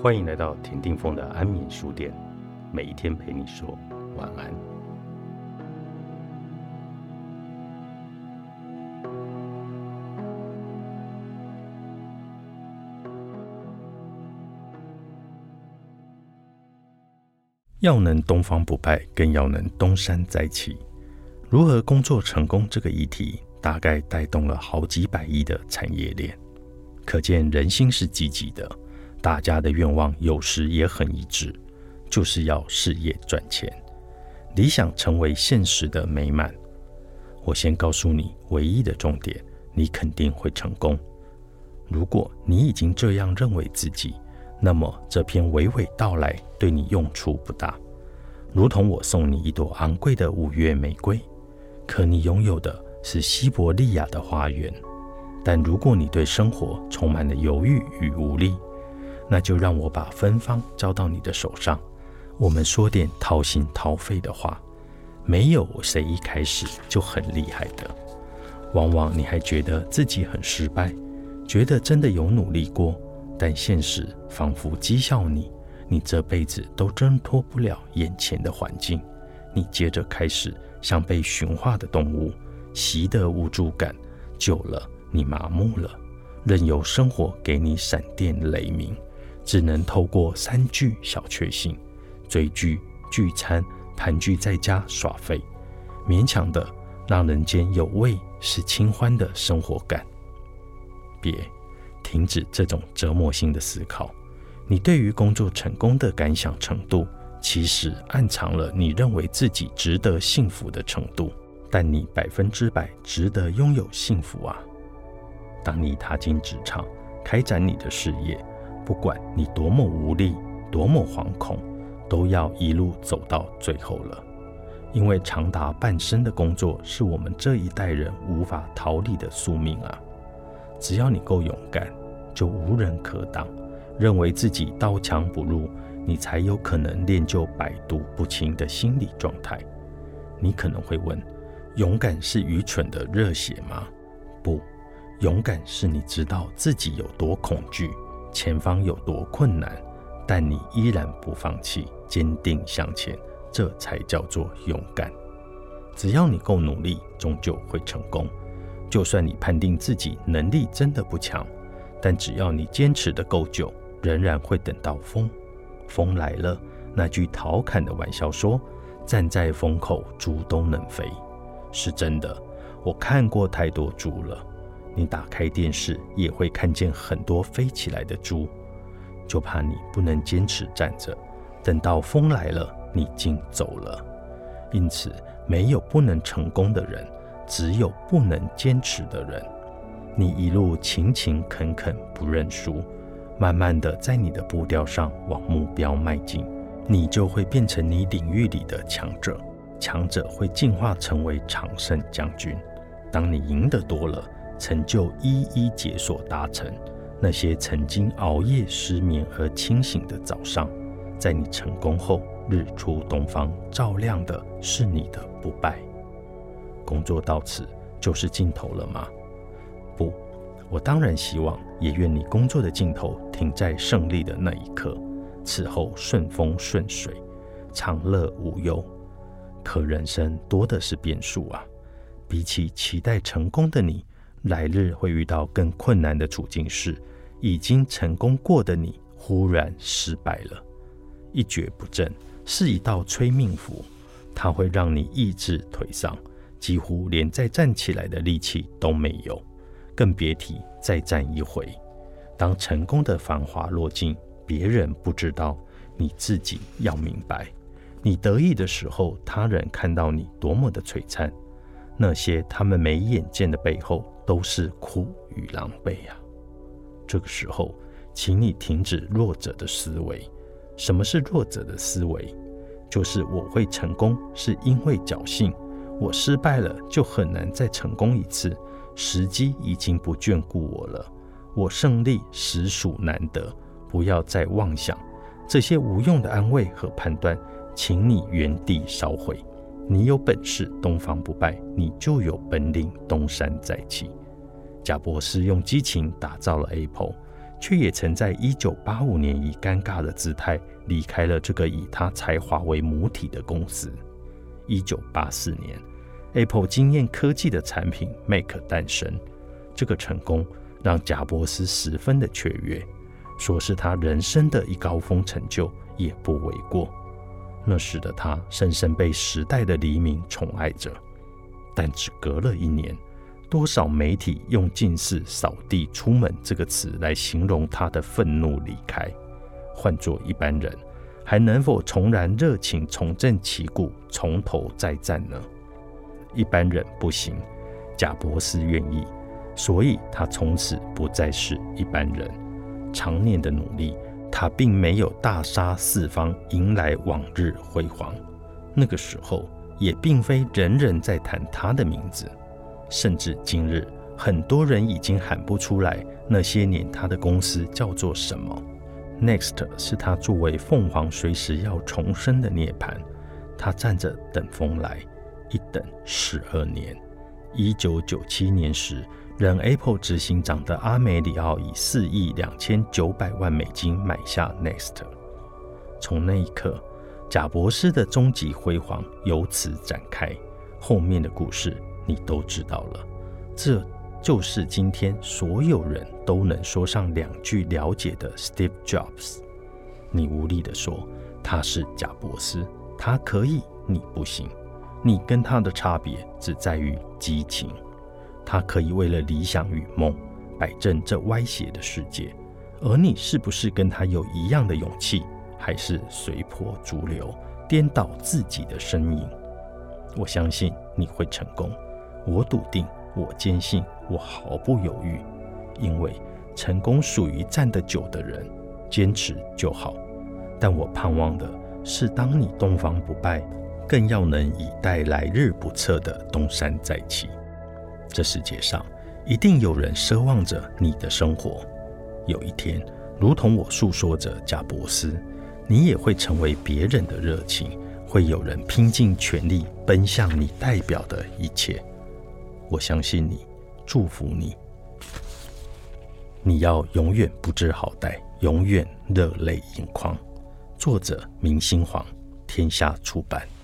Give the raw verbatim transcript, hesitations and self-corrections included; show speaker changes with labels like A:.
A: 欢迎来到田定峰的安眠书店，每一天陪你说晚安。要能东方不败，更要能东山再起。如何工作成功这个议题，大概带动了好几百亿的产业链。可见人心是积极的，大家的愿望有时也很一致，就是要事业赚钱，理想成为现实的美满。我先告诉你唯一的重点，你肯定会成功。如果你已经这样认为自己，那么这篇娓娓道来对你用处不大，如同我送你一朵昂贵的五月玫瑰，可你拥有的是西伯利亚的花园。但如果你对生活充满了犹豫与无力，那就让我把芬芳交到你的手上。我们说点掏心掏肺的话，没有谁一开始就很厉害的，往往你还觉得自己很失败，觉得真的有努力过，但现实仿佛讥笑你，你这辈子都挣脱不了眼前的环境。你接着开始像被驯化的动物，习得无助感，久了你麻木了，任由生活给你闪电雷鸣，只能透过三句小确幸，追剧、聚餐、盘踞在家耍废，勉强的让人间有味是清欢的生活感。别停止这种折磨性的思考，你对于工作成功的感想程度，其实暗藏了你认为自己值得幸福的程度，但你百分之百值得拥有幸福啊！当你踏进职场，开展你的事业，不管你多么无力，多么惶恐，都要一路走到最后了。因为长达半生的工作是我们这一代人无法逃离的宿命啊！只要你够勇敢，就无人可挡。认为自己刀枪不入，你才有可能练就百毒不侵的心理状态。你可能会问，勇敢是愚蠢的热血吗？不，勇敢是你知道自己有多恐惧，前方有多困难，但你依然不放弃，坚定向前，这才叫做勇敢。只要你够努力，终究会成功。就算你判定自己能力真的不强，但只要你坚持得够久，仍然会等到风。风来了，那句调侃的玩笑说，站在风口，猪都能飞，是真的。我看过太多猪了，你打开电视也会看见很多飞起来的猪，就怕你不能坚持站着，等到风来了，你竟走了。因此，没有不能成功的人，只有不能坚持的人。你一路勤勤恳恳，不认输，慢慢的在你的步调上往目标迈进，你就会变成你领域里的强者。强者会进化成为常胜将军。当你赢得多了，成就一一解锁达成，那些曾经熬夜失眠而清醒的早上，在你成功后日出东方，照亮的是你的不败。工作到此就是尽头了吗？不，我当然希望，也愿你工作的尽头停在胜利的那一刻，此后顺风顺水，长乐无忧。可人生多的是变数啊，比起期待成功的你，来日会遇到更困难的处境是，已经成功过的你忽然失败了。一蹶不振是一道催命符，它会让你意志颓丧，几乎连再站起来的力气都没有，更别提再站一回。当成功的繁华落尽，别人不知道，你自己要明白。你得意的时候，他人看到你多么的璀璨，那些他们没眼见的背后，都是苦与狼狈啊。这个时候，请你停止弱者的思维。什么是弱者的思维？就是我会成功是因为侥幸，我失败了就很难再成功一次，时机已经不眷顾我了，我胜利实属难得，不要再妄想这些无用的安慰和判断，请你原地烧毁。你有本事东方不败，你就有本领东山再起。贾博士用激情打造了 Apple， 却也曾在一九八五年以尴尬的姿态离开了这个以他才华为母体的公司。一九八四年 Apple 惊艳科技的产品 Mac 诞生，这个成功让贾伯斯十分的雀跃，说是他人生的一高峰成就也不为过。那时的他深深被时代的黎明宠爱着，但只隔了一年，多少媒体用近似扫地出门这个词来形容他的愤怒离开。换作一般人，还能否重燃热情，重振旗鼓，从头再战呢？一般人不行，贾伯斯愿意，所以他从此不再是一般人。常年的努力，他并没有大杀四方，迎来往日辉煌。那个时候，也并非人人在谈他的名字，甚至今日，很多人已经喊不出来那些年他的公司叫做什么。Next 是他作为凤凰随时要重生的涅槃，他站着等风来，一等十二年。一九九七年时，任 Apple 执行长的阿梅里奥以四亿两千九百万美金买下 Next。从那一刻，贾伯斯的终极辉煌由此展开，后面的故事你都知道了。这就是今天所有人都能说上两句了解的 Steve Jobs。你无力地说他是贾伯斯，他可以，你不行。你跟他的差别只在于激情。他可以为了理想与梦摆正这歪斜的世界，而你是不是跟他有一样的勇气，还是随波逐流，颠倒自己的身影？我相信你会成功，我笃定，我坚信，我毫不犹豫，因为成功属于站得久的人，坚持就好。但我盼望的是，当你东方不败，更要能以待来日不测的东山再起。这世界上一定有人奢望着你的生活，有一天，如同我诉说着贾伯斯，你也会成为别人的热情，会有人拼尽全力奔向你代表的一切。我相信你，祝福你。你要永远不知好歹，永远热泪盈眶。作者明星黄，天下出版。